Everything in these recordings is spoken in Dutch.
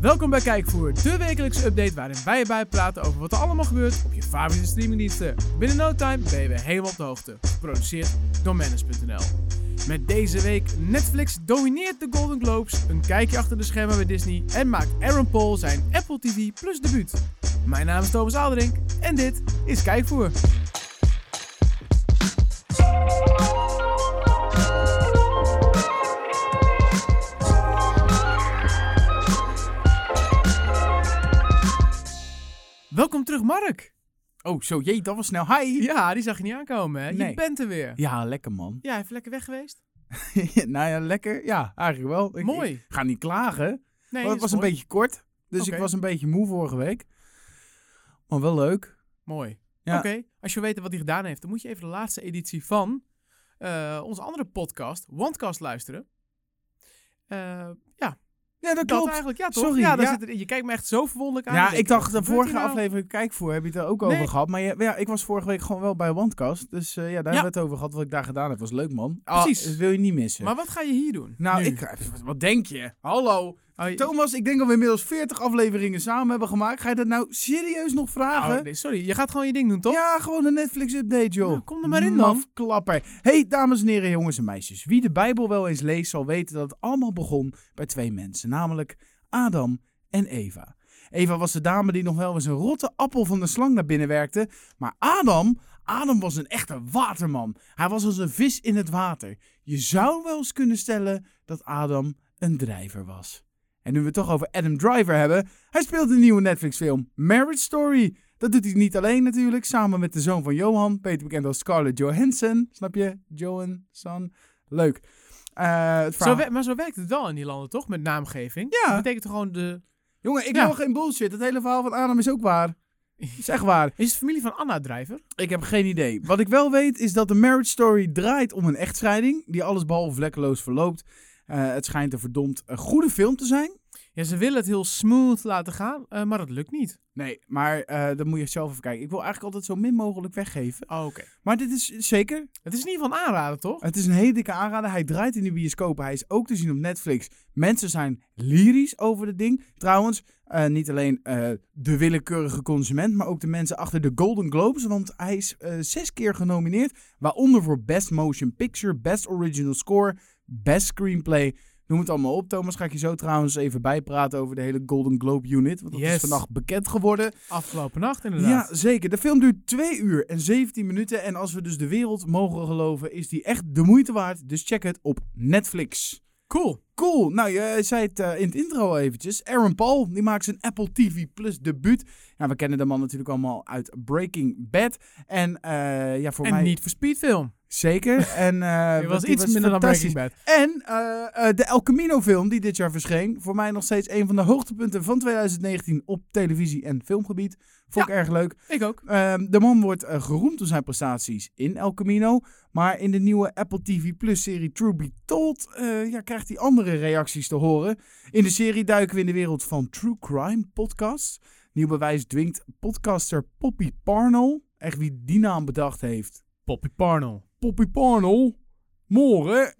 Welkom bij Kijkvoer, de wekelijkse update waarin wij je bijpraten over wat er allemaal gebeurt op je favoriete streamingdiensten. Binnen no time ben je weer helemaal op de hoogte. Geproduceerd door Manus.nl. Met deze week Netflix domineert de Golden Globes, een kijkje achter de schermen bij Disney en maakt Aaron Paul zijn Apple TV Plus debuut. Mijn naam is Thomas Alderink en dit is Kijkvoer. Welkom terug, Mark. Oh, zo, jee, dat was snel. Hi! Ja, die zag je niet aankomen, hè? Nee. Je bent er weer. Ja, lekker man. Ja, even lekker weg geweest. Nou ja, lekker. Ja, eigenlijk wel. Mooi. Ik ga niet klagen. Nee, Want het was een beetje kort. Dus Oké. ik was een beetje moe vorige week. Maar wel leuk. Mooi. Ja. Oké, als je weet wat hij gedaan heeft, dan moet je even de laatste editie van onze andere podcast, Wantcast, luisteren. Ja, dat Dat klopt. eigenlijk, ja toch? Sorry, Ja, daar ja. zit er, je kijkt me echt zo verwonderlijk aan. Ja, denk ik dacht de wat gebeurt vorige hier nou? aflevering Kijkvoer heb je het er ook Nee. over gehad. Maar ja, ik was vorige week gewoon wel bij OneCast. Dus daar hebben we het over gehad. Wat ik daar gedaan heb was leuk, man. Precies. Dat wil je niet missen. Maar wat ga je hier doen? nou, nu? wat denk je? Hallo. Oh, je- Thomas, ik denk dat we inmiddels 40 afleveringen samen hebben gemaakt. Ga je dat nou serieus nog vragen? Oh, nee, sorry, je gaat gewoon je ding doen, toch? Ja, gewoon een Netflix-update, joh. Nou, kom er maar in dan. Mafklapper. Hey, dames en heren, jongens en meisjes. Wie de Bijbel wel eens leest, zal weten dat het allemaal begon bij twee mensen. Namelijk Adam en Eva. Eva was de dame die nog wel eens een rotte appel van de slang naar binnen werkte. Maar Adam was een echte waterman. Hij was als een vis in het water. Je zou wel eens kunnen stellen dat Adam een drijver was. En nu we het toch over Adam Driver hebben, hij speelt een nieuwe Netflix-film, Marriage Story. Dat doet hij niet alleen natuurlijk, samen met de zoon van Johan, beter bekend als Scarlett Johansson. Snap je? Johansson. Leuk. Het verhaal... Maar zo werkt het wel in die landen, toch? Met naamgeving. Ja. Dat betekent gewoon de... Jongen, ik Ja. wil geen bullshit. Het hele verhaal van Adam is ook waar. Is echt waar. Is het familie van Anna Drijver? Ik heb geen idee. Wat ik wel weet is dat de Marriage Story draait om een echtscheiding die allesbehalve vlekkeloos verloopt. Het schijnt een verdomd goede film te zijn. Ja, ze willen het heel smooth laten gaan, maar dat lukt niet. Nee, maar dan moet je zelf even kijken. Ik wil eigenlijk altijd zo min mogelijk weggeven. Oh, oké. Maar dit is zeker. Het is in ieder geval een aanrader, toch? Het is een hele dikke aanrader. Hij draait in de bioscopen. Hij is ook te zien op Netflix. Mensen zijn lyrisch over het ding. Trouwens, niet alleen de willekeurige consument, maar ook de mensen achter de Golden Globes. Want hij is 6 keer genomineerd. Waaronder voor Best Motion Picture, Best Original Score, Best Screenplay. Noem het allemaal op. Thomas, ga ik je zo trouwens even bijpraten over de hele Golden Globe unit. Want dat is vannacht bekend geworden. Afgelopen nacht, inderdaad. Ja, zeker. De film duurt 2 uur en 17 minuten. En als we dus de wereld mogen geloven, is die echt de moeite waard. Dus check het op Netflix. Cool. Nou, je zei het in het intro al eventjes. Aaron Paul, die maakt zijn Apple TV Plus debuut. Ja, we kennen de man natuurlijk allemaal uit Breaking Bad. En voor mij... Niet voor Speedfilm. Zeker. En Die was die iets minder dan fantastisch. Breaking Bad. En de El Camino film die dit jaar verscheen. Voor mij nog steeds een van de hoogtepunten van 2019 op televisie- en filmgebied. Vond ik erg leuk. Ik ook. De man wordt geroemd door zijn prestaties in El Camino. Maar in de nieuwe Apple TV Plus serie True Be Told krijgt hij andere reacties te horen. In de serie duiken we in de wereld van true crime podcasts. Nieuw bewijs dwingt podcaster Poppy Parnell. Echt wie die naam bedacht heeft. Poppy Parnell. Poppy Parnell. Morgen.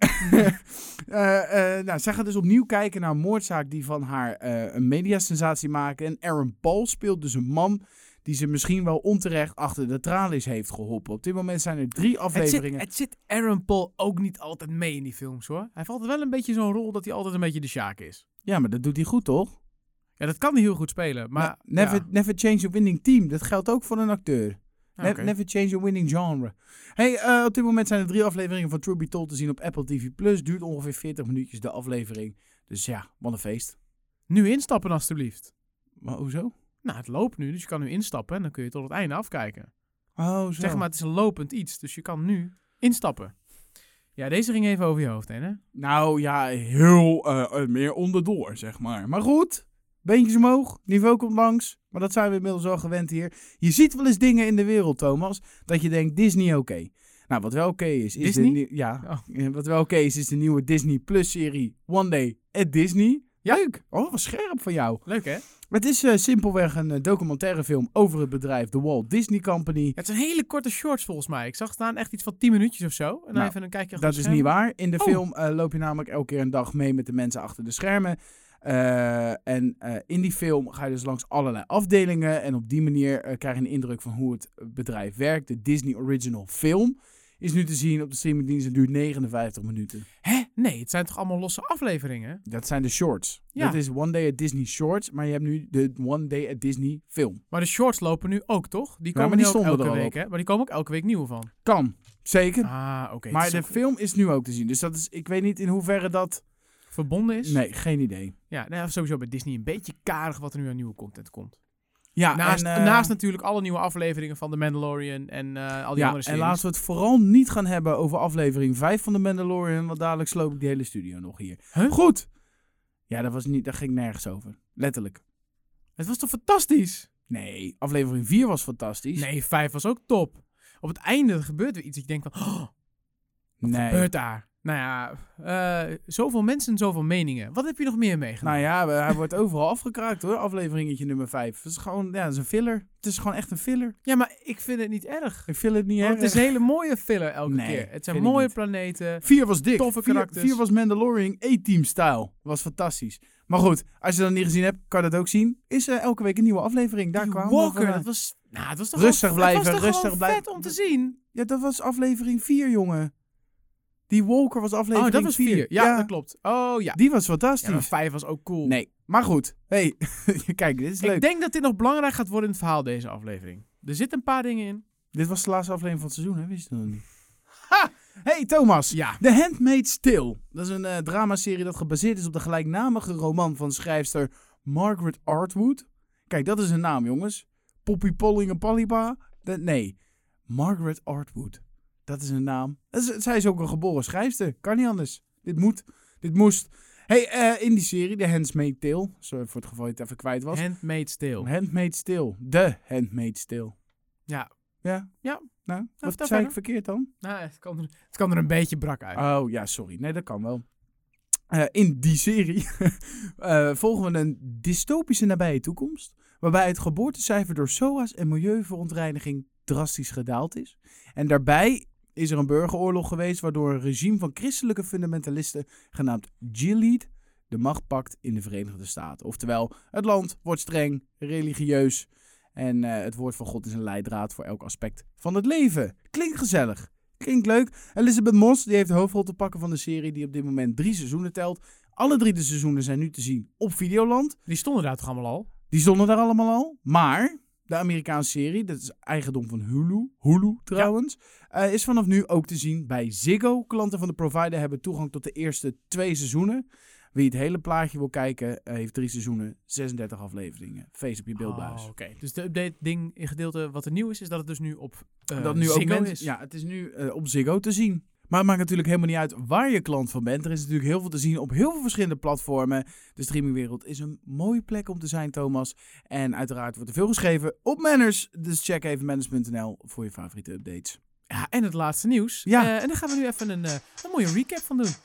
Zij gaat dus opnieuw kijken naar een moordzaak die van haar een mediasensatie maken. En Aaron Paul speelt dus een man die ze misschien wel onterecht achter de tralies heeft geholpen. Op dit moment zijn er 3 afleveringen. Het zit Aaron Paul ook niet altijd mee in die films, hoor. Hij heeft altijd wel een beetje zo'n rol dat hij altijd een beetje de sjaak is. Ja, maar dat doet hij goed, toch? Ja, dat kan hij heel goed spelen, maar... Never change your winning team. Dat geldt ook voor een acteur. Oké. Never change your winning genre. Hey, op dit moment zijn er 3 afleveringen van True Be Told te zien op Apple TV+. Duurt ongeveer 40 minuutjes de aflevering. Dus ja, wat een feest. Nu instappen, alstublieft. Maar hoezo? Nou, het loopt nu, dus je kan nu instappen en dan kun je tot het einde afkijken. Oh, zo. Zeg maar, het is een lopend iets, dus je kan nu instappen. Ja, deze ging even over je hoofd heen, hè? Nou ja, heel meer onderdoor, zeg maar. Maar goed, beentjes omhoog, niveau komt langs. Maar dat zijn we inmiddels al gewend hier. Je ziet wel eens dingen in de wereld, Thomas, dat je denkt, Disney oké. Nou, wat wel oké is... Disney? Wat wel oké is de nieuwe Disney Plus serie One Day at Disney. Ja. Leuk. Oh, wat scherp van jou. Leuk, hè? Het is simpelweg een documentaire film over het bedrijf The Walt Disney Company. Ja, het zijn hele korte shorts volgens mij. Ik zag staan echt iets van 10 minuutjes of zo. En dan even een kijkje achter Dat de is schermen. niet waar. In de film loop je namelijk elke keer een dag mee met de mensen achter de schermen. In die film ga je dus langs allerlei afdelingen. En op die manier krijg je een indruk van hoe het bedrijf werkt. De Disney Original Film is nu te zien op de streamingdienst en duurt 59 minuten. Hè? Nee, het zijn toch allemaal losse afleveringen? Dat zijn de shorts. Ja. Dat is One Day at Disney Shorts, maar je hebt nu de One Day at Disney Film. Maar de shorts lopen nu ook, toch? Die komen maar die nu ook stonden elke er al week, op. hè? Maar die komen ook elke week nieuwe van. Kan, zeker. Oké. Maar Het de is ook film is nu ook te zien. Dus dat is, ik weet niet in hoeverre dat... verbonden is. Nee, geen idee. Ja, nou, sowieso bij Disney een beetje karig wat er nu aan nieuwe content komt. Ja, Naast natuurlijk alle nieuwe afleveringen van The Mandalorian en al die andere series. En laten we het vooral niet gaan hebben over aflevering 5 van The Mandalorian, want dadelijk sloop ik die hele studio nog hier. Huh? Goed. Ja, daar ging nergens over. Letterlijk. Het was toch fantastisch? Nee, aflevering 4 was fantastisch. Nee, 5 was ook top. Op het einde gebeurt er iets dat je denkt van... wat gebeurt daar? Nou ja, zoveel mensen, zoveel meningen. Wat heb je nog meer meegenomen? Nou ja, hij wordt overal afgekraakt hoor, afleveringetje nummer 5. Het is gewoon, dat is een filler. Het is gewoon echt een filler. Ja, maar ik vind het niet erg. Ik vind het niet Want erg. het is een hele mooie filler elke Nee, keer. Het zijn vind ik mooie niet. planeten. 4 was dik. Toffe karakters. 4 was Mandalorian A-Team style. Was fantastisch. Maar goed, als je dat niet gezien hebt, kan je dat ook zien. Is elke week een nieuwe aflevering. Daar Die kwamen Walker, we van. dat was... Nou, het was toch Rustig gewoon, blijven, het was toch rustig gewoon blijven. vet om te zien. Ja, dat was aflevering 4, jongen. Die Walker was aflevering 4. Oh, dat was 4. Ja, dat klopt. Oh ja. Die was fantastisch. Ja, maar 5 was ook cool. Nee, maar goed. Hey, kijk, dit is leuk. Ik denk dat dit nog belangrijk gaat worden in het verhaal, deze aflevering. Er zitten een paar dingen in. Dit was de laatste aflevering van het seizoen, hè? Wist je dat nog niet? Ha! Hey Thomas. Ja. The Handmaid's Tale. Dat is een dramaserie dat gebaseerd is op de gelijknamige roman van schrijfster Margaret Atwood. Kijk, dat is een naam, jongens. Poppy Pollingapallipa. Nee, Margaret Atwood. Dat is een naam. Zij is ook een geboren schrijfster. Kan niet anders. Dit moest. Hey, in die serie, The Handmaid's Tale. Sorry voor het geval je het even kwijt was. Handmaid's Tale. Handmaid's Tale. The Handmaid's Tale. Ja. Ja? Ja. Nou, wat vertel zei ik verder. verkeerd dan? Nou, het kan er een beetje brak uit. Oh, ja, sorry. Nee, dat kan wel. In die serie volgen we een dystopische nabije toekomst, waarbij het geboortecijfer door SOA's en milieuverontreiniging drastisch gedaald is. En daarbij is er een burgeroorlog geweest, waardoor een regime van christelijke fundamentalisten, genaamd Gilead, de macht pakt in de Verenigde Staten. Oftewel, het land wordt streng, religieus en het woord van God is een leidraad voor elk aspect van het leven. Klinkt gezellig. Klinkt leuk. Elizabeth Moss die heeft de hoofdrol te pakken van de serie die op dit moment 3 seizoenen telt. Alle 3 de seizoenen zijn nu te zien op Videoland. Die stonden daar toch allemaal al? Die stonden daar allemaal al. Maar de Amerikaanse serie, dat is eigendom van Hulu trouwens, is vanaf nu ook te zien bij Ziggo. Klanten van de provider hebben toegang tot de eerste 2 seizoenen. Wie het hele plaatje wil kijken, heeft 3 seizoenen, 36 afleveringen. Feest op je beeldbuis. Oké. Dus de update ding in gedeelte wat er nieuw is dat het dus nu op dat nu Ziggo ook is. Ja, het is nu op Ziggo te zien. Maar het maakt natuurlijk helemaal niet uit waar je klant van bent. Er is natuurlijk heel veel te zien op heel veel verschillende platformen. De streamingwereld is een mooie plek om te zijn, Thomas. En uiteraard wordt er veel geschreven op Manners. Dus check even manners.nl voor je favoriete updates. Ja, en het laatste nieuws. Ja. En daar gaan we nu even een mooie recap van doen.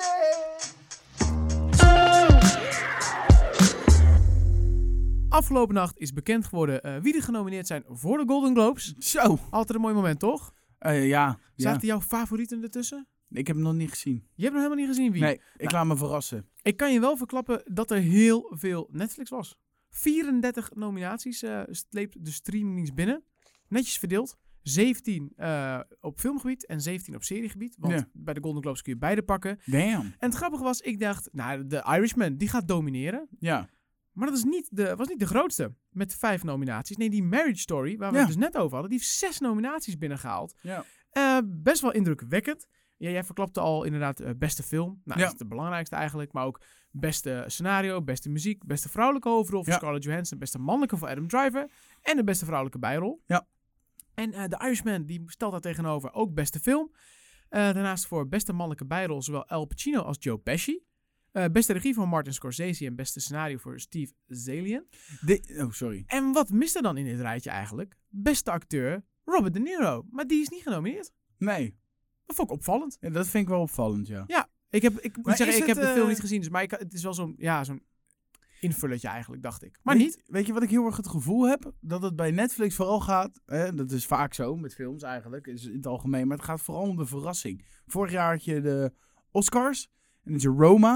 Afgelopen nacht is bekend geworden wie er genomineerd zijn voor de Golden Globes. Zo. Altijd een mooi moment, toch? Ja. Zaten jouw favorieten ertussen? Ik heb hem nog niet gezien. Je hebt nog helemaal niet gezien wie. Nee, ik laat me verrassen. Ik kan je wel verklappen dat er heel veel Netflix was. 34 nominaties sleept de streamingdienst binnen. Netjes verdeeld. 17 op filmgebied en 17 op seriegebied. Want bij de Golden Globes kun je beide pakken. Damn. En het grappige was, ik dacht, nou, de Irishman, die gaat domineren. Ja. Maar dat was niet de grootste. Met 5 nominaties. Nee, die Marriage Story, waar we het dus net over hadden, die heeft 6 nominaties binnengehaald. Ja. Best wel indrukwekkend. Ja, jij verklapte al inderdaad beste film. Nou, dat is de belangrijkste eigenlijk. Maar ook beste scenario, beste muziek, beste vrouwelijke hoofdrol voor Scarlett Johansson, beste mannelijke voor Adam Driver en de beste vrouwelijke bijrol. Ja. En The Irishman, die stelt daar tegenover ook beste film. Daarnaast voor beste mannelijke bijrol zowel Al Pacino als Joe Pesci. Beste regie van Martin Scorsese en beste scenario voor Steve Zalian. Sorry. En wat mist er dan in dit rijtje eigenlijk? Beste acteur Robert De Niro. Maar die is niet genomineerd. Nee. Dat vond ik opvallend. Ja, dat vind ik wel opvallend, ja. Ja, ik moet zeggen, ik heb de het, film niet gezien. Dus, maar het is wel zo'n invulletje eigenlijk, dacht ik. Maar niet. Weet je wat ik heel erg het gevoel heb? Dat het bij Netflix vooral gaat, dat is vaak zo met films eigenlijk, is in het algemeen, maar het gaat vooral om de verrassing. Vorig jaar had je de Oscars en dan is er Roma.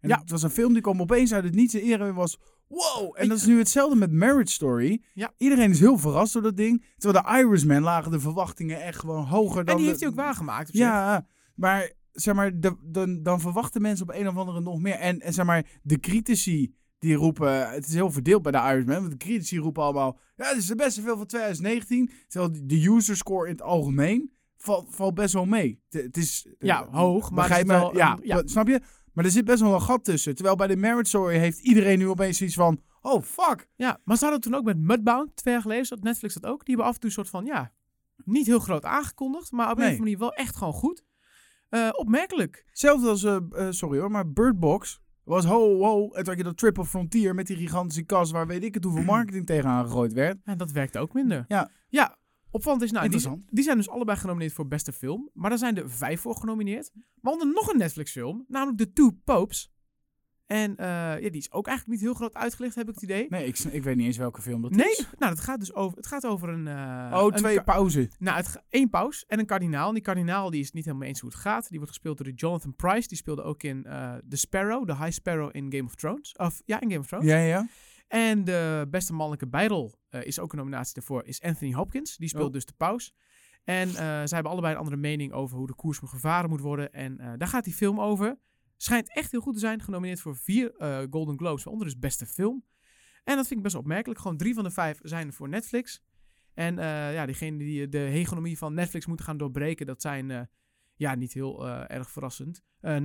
En het was een film die kwam opeens uit het niets en iedereen was... Wow! En dat is nu hetzelfde met Marriage Story. Ja. Iedereen is heel verrast door dat ding. Terwijl de Irishman lagen de verwachtingen echt gewoon hoger dan... En die heeft hij ook waargemaakt. Op zich. Ja, maar zeg maar, dan verwachten mensen op een of andere nog meer. En zeg maar, de critici die roepen... Het is heel verdeeld bij de Irishman. Want de critici roepen allemaal... Ja, dit is de beste film van 2019. Terwijl de user score in het algemeen valt best wel mee. Het is... hoog, maar begrijp het is me? wel Snap je? Maar er zit best wel een gat tussen. Terwijl bij de Marriage Story heeft iedereen nu opeens iets van... Oh, fuck. Ja, maar ze hadden toen ook met Mudbound 2 jaar geleden, dat Netflix dat ook. Die hebben af en toe een soort van, niet heel groot aangekondigd, maar op een of andere manier wel echt gewoon goed. Opmerkelijk. Hetzelfde als, sorry hoor, maar Bird Box was ho. En toen had je dat Triple Frontier met die gigantische kast waar weet ik het hoeveel marketing tegenaan gegooid werd. En dat werkte ook minder. Ja. Opvallend is, Interessant. die zijn dus allebei genomineerd voor beste film. Maar daar zijn er 5 voor genomineerd. Maar onder nog een Netflix film, namelijk The Two Popes. En die is ook eigenlijk niet heel groot uitgelicht, heb ik het idee. Nee, ik weet niet eens welke film dat Nee, is. nou, het gaat over een... twee pauzen. Nou, 1 paus en een kardinaal. En die kardinaal die is niet helemaal eens hoe het gaat. Die wordt gespeeld door Jonathan Pryce. Die speelde ook in The Sparrow, de High Sparrow in Game of Thrones. In Game of Thrones. Ja. En de beste mannelijke bijrol is ook een nominatie daarvoor, is Anthony Hopkins. Die speelt dus de paus. En zij hebben allebei een andere mening over hoe de koers gevaren moet worden. En daar gaat die film over. Schijnt echt heel goed te zijn. Genomineerd voor 4 Golden Globes, waaronder dus beste film. En dat vind ik best wel opmerkelijk. Gewoon 3 van de 5 zijn voor Netflix. En diegenen die de hegemonie van Netflix moeten gaan doorbreken, dat zijn niet heel erg verrassend.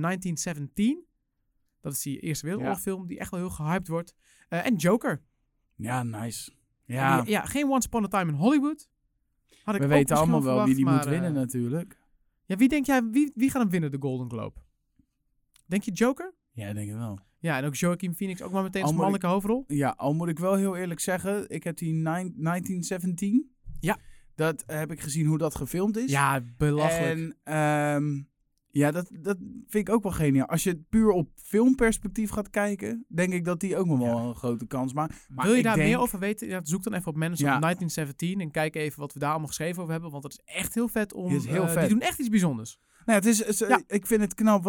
1917. Dat is die Eerste Wereldoorlogfilm die echt wel heel gehyped wordt. En Joker. Ja, nice. Ja. Geen Once Upon a Time in Hollywood. We weten allemaal wel wie die moet winnen natuurlijk. Ja, wie denk jij, wie gaat hem winnen, de Golden Globe? Denk je Joker? Ja, denk ik wel. Ja, en ook Joaquin Phoenix ook maar meteen als mannelijke hoofdrol. Ja, al moet ik wel heel eerlijk zeggen, ik heb die 1917. Ja. Dat heb ik gezien hoe dat gefilmd is. Ja, belachelijk. En dat vind ik ook wel geniaal. Als je het puur op filmperspectief gaat kijken, denk ik dat die ook nog wel een grote kans maakt. Maar wil je daar meer over weten? Ja, zoek dan even op Menace Ja. op 1917 en kijk even wat we daar allemaal geschreven over hebben. Want dat is echt heel vet om... Is heel vet. Die doen echt iets bijzonders. Nou, ik vind het knap.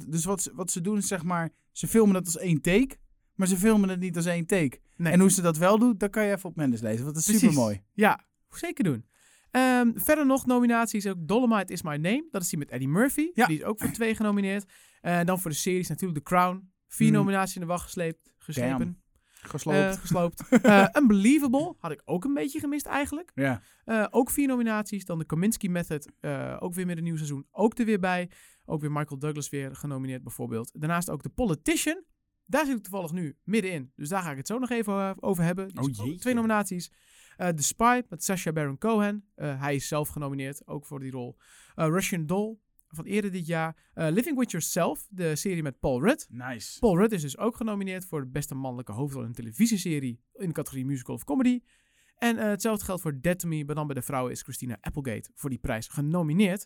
Wat ze doen is zeg maar, ze filmen het als 1 take, maar ze filmen het niet als 1 take. Nee. En hoe ze dat wel doen, dat kan je even op Mendes lezen. Want dat is super mooi. Ja, zeker doen. Verder nog nominaties. Ook Dolomite is My Name. Dat is die met Eddie Murphy. Ja. Die is ook voor 2 genomineerd. Dan voor de series natuurlijk The Crown. 4 nominaties in de wacht geslepen. Gesloopt. Unbelievable. Had ik ook een beetje gemist eigenlijk. Ja. Ook 4 nominaties. Dan de Kominsky Method. Ook weer met een nieuw seizoen. Ook er weer bij. Ook weer Michael Douglas weer genomineerd bijvoorbeeld. Daarnaast ook The Politician. Daar zit ik toevallig nu middenin. Dus daar ga ik het zo nog even over hebben. Dus ook 2 nominaties. The Spy met Sacha Baron Cohen. Hij is zelf genomineerd. Ook voor die rol. Russian Doll. Van eerder dit jaar. Living With Yourself. De serie met Paul Rudd. Nice. Paul Rudd is dus ook genomineerd voor de beste mannelijke hoofdrol in een televisieserie. In de categorie musical of comedy. En hetzelfde geldt voor Dead to Me. Maar dan bij de vrouwen is Christina Applegate voor die prijs genomineerd.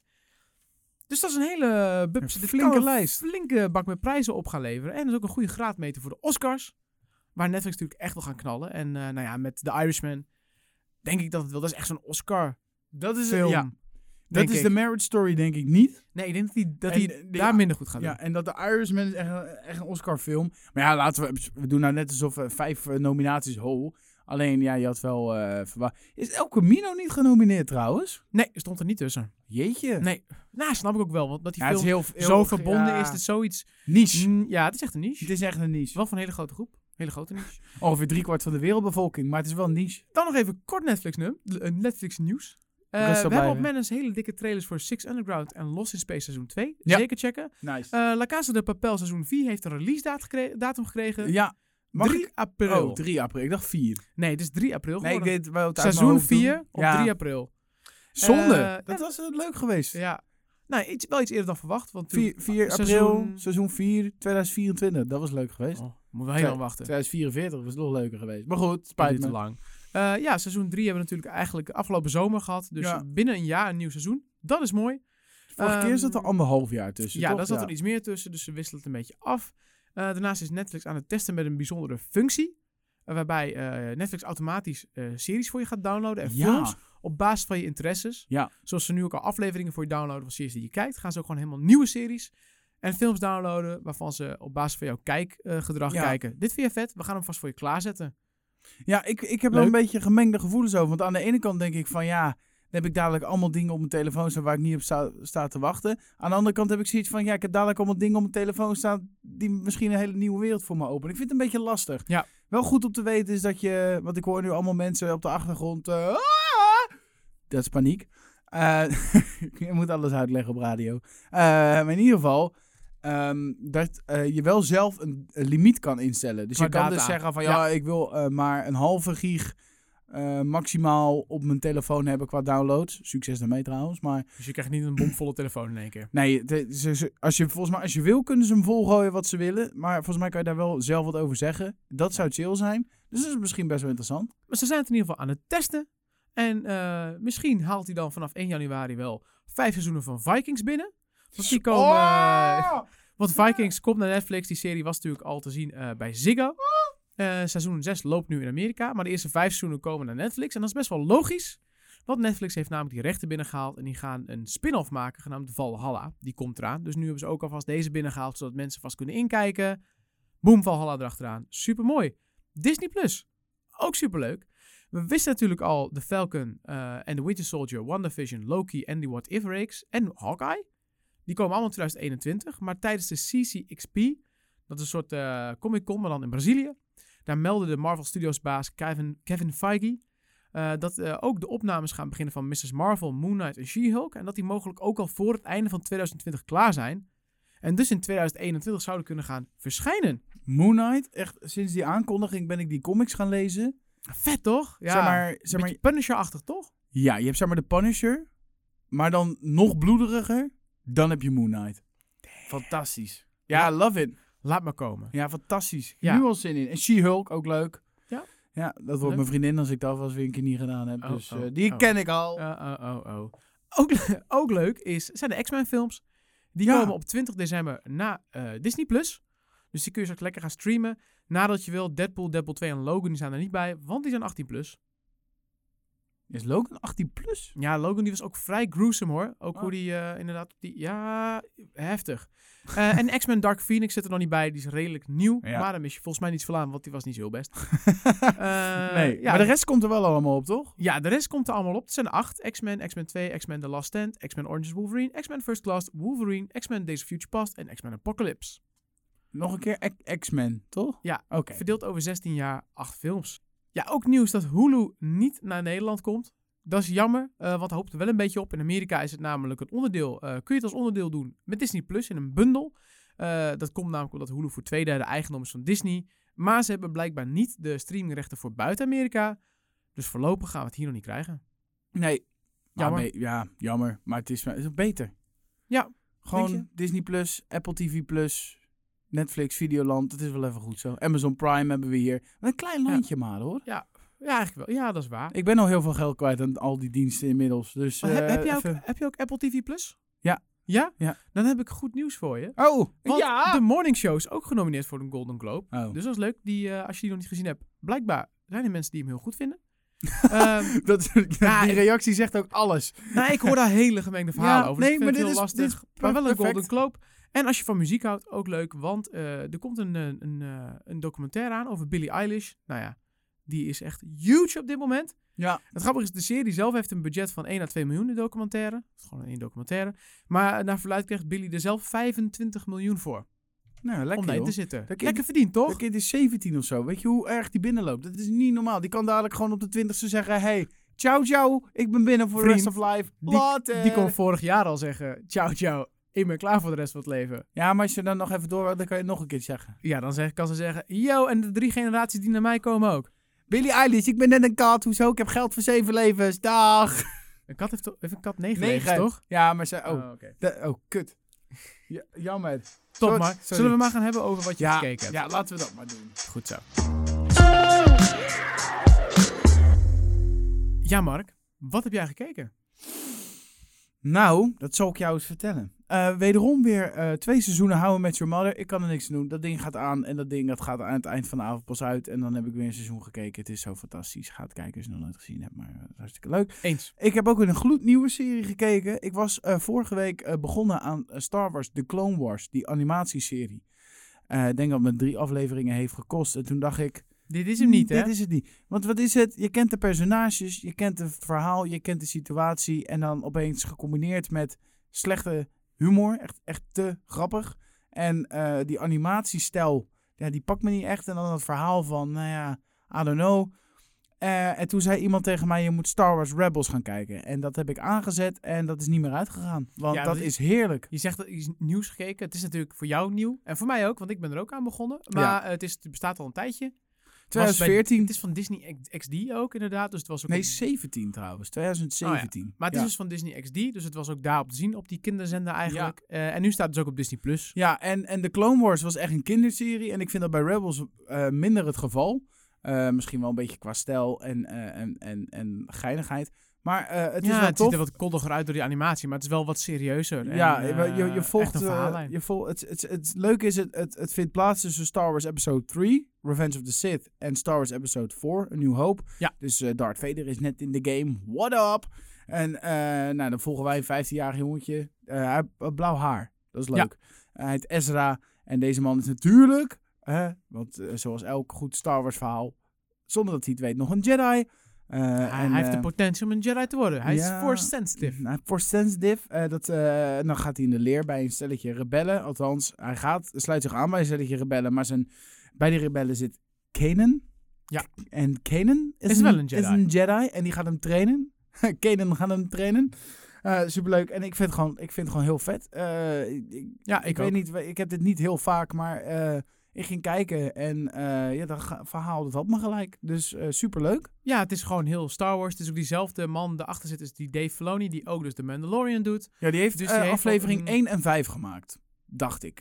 Dus dat is een hele flinke lijst. Flinke bak met prijzen op gaan leveren. En dat is ook een goede graadmeter voor de Oscars. Waar Netflix natuurlijk echt wil gaan knallen. En met The Irishman denk ik dat het wel. Dat is echt zo'n Oscar Dat is film. Ja. Dat is de Marriage Story denk ik niet. Nee, ik denk dat hij daar minder goed gaat doen. Ja, en dat The Irishman is echt een Oscar film. Maar ja, we doen nou net alsof 5 nominaties hol. Alleen, ja, je had wel verwacht. Is El Camino niet genomineerd trouwens? Nee, stond er niet tussen. Jeetje. Nee, snap ik ook wel. Want dat die Ja, film het is heel zo verbonden is. Het is zoiets... Niche. Ja, het is echt een niche. Het is echt een niche. Wel van een hele grote groep. Hele grote niche. Ongeveer 3/4 van de wereldbevolking, maar het is wel een niche. Dan nog even kort Netflix nieuws. We hebben op Menace hele dikke trailers voor Six Underground en Lost in Space seizoen 2. Ja. Zeker checken. Nice. La Casa de Papel seizoen 4 heeft een release datum gekregen. Ja. 3 april. Oh, 3 april. Ik dacht 4. Nee, het is 3 april Nee, ik geworden. deed wel het uit mijn Seizoen hoofd doen. 4 op Ja. 3 april. Zonde. Dat was leuk geweest. Ja. Nou, wel iets eerder dan verwacht. Want 4 april, seizoen 4, 2024. Dat was leuk geweest. Moeten we heel lang wachten. 2044 was nog leuker geweest. Maar goed, Spijt spijt te me. lang. Seizoen 3 hebben we natuurlijk eigenlijk afgelopen zomer gehad. Dus Ja. binnen een jaar een nieuw seizoen. Dat is mooi. Vorige keer zat er 1,5 jaar tussen, Ja, toch? daar zat er iets meer tussen. Dus ze wisselen het een beetje af. Daarnaast is Netflix aan het testen met een bijzondere functie. Waarbij Netflix automatisch series voor je gaat downloaden. En films op basis van je interesses. Ja. Zoals ze nu ook al afleveringen voor je downloaden van series die je kijkt. Gaan ze ook gewoon helemaal nieuwe series En films downloaden waarvan ze op basis van jouw kijkgedrag kijken. Dit vind je vet, we gaan hem vast voor je klaarzetten. Ja, ik heb wel een beetje gemengde gevoelens over. Want aan de ene kant denk ik van dan heb ik dadelijk allemaal dingen op mijn telefoon staan waar ik niet op sta te wachten. Aan de andere kant heb ik zoiets van ik heb dadelijk allemaal dingen op mijn telefoon staan die misschien een hele nieuwe wereld voor me openen. Ik vind het een beetje lastig. Ja. Wel goed om te weten is dat want ik hoor nu allemaal mensen op de achtergrond. Dat is paniek. Je moet alles uitleggen op radio. Maar in ieder geval dat je wel zelf een limiet kan instellen. Dus je kan dus zeggen van ik wil maar een halve gig maximaal op mijn telefoon hebben qua downloads. Succes daarmee trouwens. Maar Dus je krijgt niet een bomvolle telefoon in één keer. Nee, als je wil kunnen ze hem volgooien wat ze willen. Maar volgens mij kan je daar wel zelf wat over zeggen. Dat zou chill zijn. Dus dat is misschien best wel interessant. Maar ze zijn het in ieder geval aan het testen. En misschien haalt hij dan vanaf 1 januari wel 5 seizoenen van Vikings binnen. Want die komen... Want Vikings komt naar Netflix. Die serie was natuurlijk al te zien bij Ziggo. Seizoen 6 loopt nu in Amerika. Maar de eerste 5 seizoenen komen naar Netflix. En dat is best wel logisch. Want Netflix heeft namelijk die rechten binnengehaald. En die gaan een spin-off maken genaamd Valhalla. Die komt eraan. Dus nu hebben ze ook alvast deze binnengehaald. Zodat mensen vast kunnen inkijken. Boom, Valhalla erachteraan. Supermooi. Disney Plus. Ook superleuk. We wisten natuurlijk al The Falcon en The Winter Soldier, WandaVision, Loki en The What If reeks en Hawkeye. Die komen allemaal in 2021. Maar tijdens de CCXP, dat is een soort Comic-Con, maar dan in Brazilië. Daar meldde de Marvel Studios baas Kevin Feige dat ook de opnames gaan beginnen van Mrs. Marvel, Moon Knight en She-Hulk. En dat die mogelijk ook al voor het einde van 2020 klaar zijn. En dus in 2021 zouden kunnen gaan verschijnen. Moon Knight, echt sinds die aankondiging ben ik die comics gaan lezen. Vet toch? Ja, zeg maar Punisher-achtig toch? Ja, je hebt zeg maar de Punisher, maar dan nog bloederiger. Dan heb je Moon Knight. Fantastisch. Ja, love it. Laat maar komen. Ja, fantastisch. Ja. Nu al zin in. En She-Hulk, ook leuk. Ja. Ja, dat wordt mijn vriendin als ik dat alvast weer een keer niet gedaan heb. Dus die ken ik al. Ook leuk zijn de X-Men films. Die komen op 20 december naar Disney+. Dus die kun je straks lekker gaan streamen. Nadat je wil, Deadpool 2 en Logan, die zijn er niet bij, want die zijn 18+. Is Logan 18+? Ja, Logan die was ook vrij gruesome hoor. Ook hoe die inderdaad... Ja, heftig. En X-Men Dark Phoenix zit er nog niet bij. Die is redelijk nieuw. Ja. Maar daar mis je volgens mij niets van aan, want die was niet zo heel best. Nee, maar de rest komt er wel allemaal op, toch? Ja, de rest komt er allemaal op. Het zijn 8. X-Men, X-Men 2, X-Men The Last Stand, X-Men Orange is Wolverine, X-Men First Class, Wolverine, X-Men Days of Future Past en X-Men Apocalypse. Nog een keer X-Men, toch? Ja, verdeeld over 16 jaar, 8 films. Ja, ook nieuws dat Hulu niet naar Nederland komt. Dat is jammer, want hoopt er wel een beetje op. In Amerika is het namelijk een onderdeel. Kun je het als onderdeel doen met Disney Plus in een bundel. Dat komt namelijk omdat Hulu voor 2/3 eigendom is van Disney. Maar ze hebben blijkbaar niet de streamingrechten voor buiten Amerika. Dus voorlopig gaan we het hier nog niet krijgen. Nee. Jammer. Jammer. Maar het is beter. Ja. Gewoon Disney Plus, Apple TV Plus, Netflix, Videoland. Het is wel even goed zo. Amazon Prime hebben we hier. Een klein landje maar hoor. Ja, eigenlijk wel. Ja, dat is waar. Ik ben al heel veel geld kwijt aan al die diensten inmiddels. Dus, heb je ook Apple TV Plus? Ja. Ja? Ja. Dan heb ik goed nieuws voor je. Want de Morning Show is ook genomineerd voor een Golden Globe. Oh. Dus dat is leuk. Als je die nog niet gezien hebt. Blijkbaar zijn er mensen die hem heel goed vinden. Die reactie zegt ook alles. Nou, ik hoor daar hele gemengde verhalen over. Dus ik vind het heel lastig. Maar wel een perfect. Golden Globe. En als je van muziek houdt, ook leuk. Want er komt een documentaire aan over Billie Eilish. Nou ja, die is echt huge op dit moment. Ja. Het grappige is, de serie zelf heeft een budget van 1 à 2 miljoen, de documentaire. Dat is gewoon 1 documentaire. Maar naar verluidt krijgt Billie er zelf 25 miljoen voor. Nou, lekker, om daarin te joh. zitten. Lekker verdiend, toch? Dat kind is 17 of zo. Weet je hoe erg die binnenloopt? Dat is niet normaal. Die kan dadelijk gewoon op de 20ste zeggen... Hey, ciao, ik ben binnen voor the rest of life. Die kon vorig jaar al zeggen... Ciao, ik ben klaar voor de rest van het leven. Ja, maar als je dan nog even door... dan kan je het nog een keer zeggen. Ja, dan kan ze zeggen... Yo, en de 3 generaties die naar mij komen ook. Billie Eilish, ik ben net een kat. Hoezo? Ik heb geld voor 7 levens. Dag. Een kat heeft een kat 9 levens, toch? Ja, maar ze... kut. Ja, jammer. Top, maar. Zullen we maar gaan hebben over wat je gekeken hebt? Ja, laten we dat maar doen. Goed zo. Ja, Mark. Wat heb jij gekeken? Nou, dat zal ik jou eens vertellen. Wederom weer 2 seizoenen How I Met Your Mother. Ik kan er niks aan doen. Dat ding gaat aan en dat ding gaat aan het eind van de avond pas uit. En dan heb ik weer een seizoen gekeken. Het is zo fantastisch. Ga het kijken als je het nog nooit gezien hebt, maar dat is hartstikke leuk. Eens. Ik heb ook weer een gloednieuwe serie gekeken. Ik was vorige week begonnen aan Star Wars The Clone Wars, die animatieserie. Ik denk dat het me 3 afleveringen heeft gekost. En toen dacht ik... Dit is hem niet, hè? Dit is het niet. Want wat is het? Je kent de personages, je kent het verhaal, je kent de situatie. En dan opeens gecombineerd met slechte humor. Echt te grappig. En die animatiestijl, ja, die pakt me niet echt. En dan het verhaal van, nou ja, I don't know. En toen zei iemand tegen mij, je moet Star Wars Rebels gaan kijken. En dat heb ik aangezet en dat is niet meer uitgegaan. Want Ja, dat is heerlijk. Je zegt dat je is nieuws gekeken. Het is natuurlijk voor jou nieuw. En voor mij ook, want ik ben er ook aan begonnen. Maar het bestaat al een tijdje. 2014. Het is van Disney XD ook, inderdaad. Dus het was ook Nee, 17 trouwens. 2017. Oh ja. Maar het is dus van Disney XD. Dus het was ook daarop te zien, op die kinderzender eigenlijk. En nu staat het dus ook op Disney+. Ja, en de Clone Wars was echt een kinderserie. En ik vind dat bij Rebels minder het geval. Misschien wel een beetje qua stijl en geinigheid. Maar het is wel het tof. ziet er wat koddiger uit door die animatie, maar het is wel wat serieuzer. Ja, En, je volgt echt een verhaallijn. Het leuke is, het vindt plaats tussen Star Wars Episode 3, Revenge of the Sith, en Star Wars Episode 4, A New Hope. Ja. Dus Darth Vader is net in de game. What up? En nou, dan volgen wij een 15-jarig jongetje. Hij heeft blauw haar. Dat is leuk. Hij heet Ezra. En deze man is natuurlijk, want zoals elk goed Star Wars verhaal, zonder dat hij het weet, nog een Jedi. Hij heeft de potentie om een Jedi te worden. Hij is force sensitive. Force sensitive. Dan gaat hij in de leer bij een stelletje rebellen. Althans, hij sluit zich aan bij een stelletje rebellen. Maar bij die rebellen zit Kanan. Ja. En Kanan is wel een Jedi. Is een Jedi. En die gaat hem trainen. Kanan gaat hem trainen. Superleuk. En ik vind het gewoon heel vet. Ik weet niet, ik heb dit niet heel vaak, maar ik ging kijken en dat verhaal dat had me gelijk. Dus superleuk. Ja, het is gewoon heel Star Wars. Het is ook diezelfde man erachter zit, is die Dave Filoni, die ook dus de Mandalorian doet. Ja, die heeft Dus die heeft aflevering ook 1 en 5 gemaakt, dacht ik.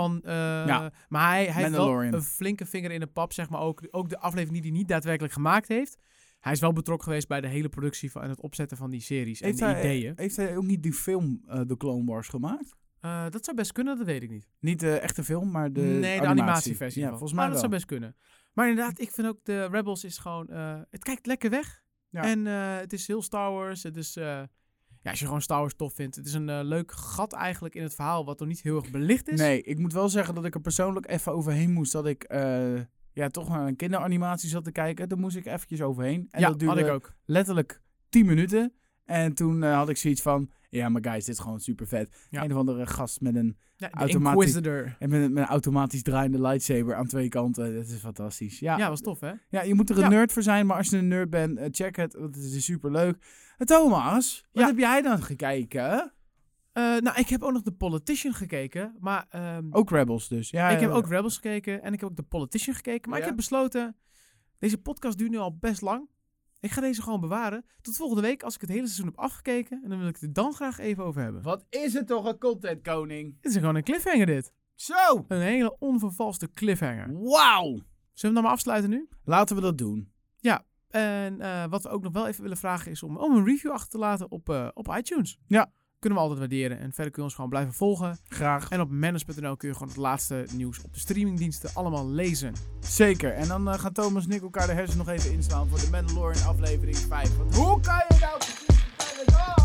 Maar hij heeft wel Mandalorian. een flinke vinger in de pap, zeg maar. Ook de aflevering die hij niet daadwerkelijk gemaakt heeft. Hij is wel betrokken geweest bij de hele productie en het opzetten van die series en de ideeën. Heeft hij ook niet die film The Clone Wars gemaakt? Dat zou best kunnen, dat weet ik niet. Niet de echte film, maar de animatieversie. Ja, volgens mij dat wel. zou best kunnen. Maar inderdaad, ik vind ook de Rebels is gewoon... het kijkt lekker weg. Ja. En het is heel Star Wars. Het is... als je gewoon Star Wars tof vindt. Het is een leuk gat eigenlijk in het verhaal, wat nog niet heel erg belicht is. Nee, ik moet wel zeggen dat ik er persoonlijk even overheen moest. Dat ik toch naar een kinderanimatie zat te kijken. Daar moest ik eventjes overheen. En dat duurde had ik ook. letterlijk 10 minuten. En toen had ik zoiets van... Ja, maar guys, dit is gewoon super vet. Ja. Een of andere gast met een automatisch... Inquisitor. En met een automatisch draaiende lightsaber aan twee kanten. Dat is fantastisch. Ja, was tof, hè? Ja, je moet er een nerd voor zijn. Maar als je een nerd bent, check het. Want het is super leuk. Thomas, wat heb jij dan gekeken? Ik heb ook nog The Politician gekeken. Maar, ook Rebels dus. Ja, ik heb ook Rebels gekeken. En ik heb ook The Politician gekeken. Maar ik heb besloten... Deze podcast duurt nu al best lang. Ik ga deze gewoon bewaren. Tot volgende week als ik het hele seizoen heb afgekeken. En dan wil ik het er dan graag even over hebben. Wat is het toch een content koning? Dit is gewoon een cliffhanger dit. Zo! Een hele onvervalste cliffhanger. Wauw! Zullen we hem dan maar afsluiten nu? Laten we dat doen. Ja. En wat we ook nog wel even willen vragen is om een review achter te laten op iTunes. Ja. Kunnen we altijd waarderen. En verder kun je ons gewoon blijven volgen. Graag. En op manners.nl kun je gewoon het laatste nieuws op de streamingdiensten allemaal lezen. Zeker. En dan gaan Thomas en ik elkaar de hersenen nog even inslaan voor de Mandalorian aflevering 5. Want hoe kan je nou precies...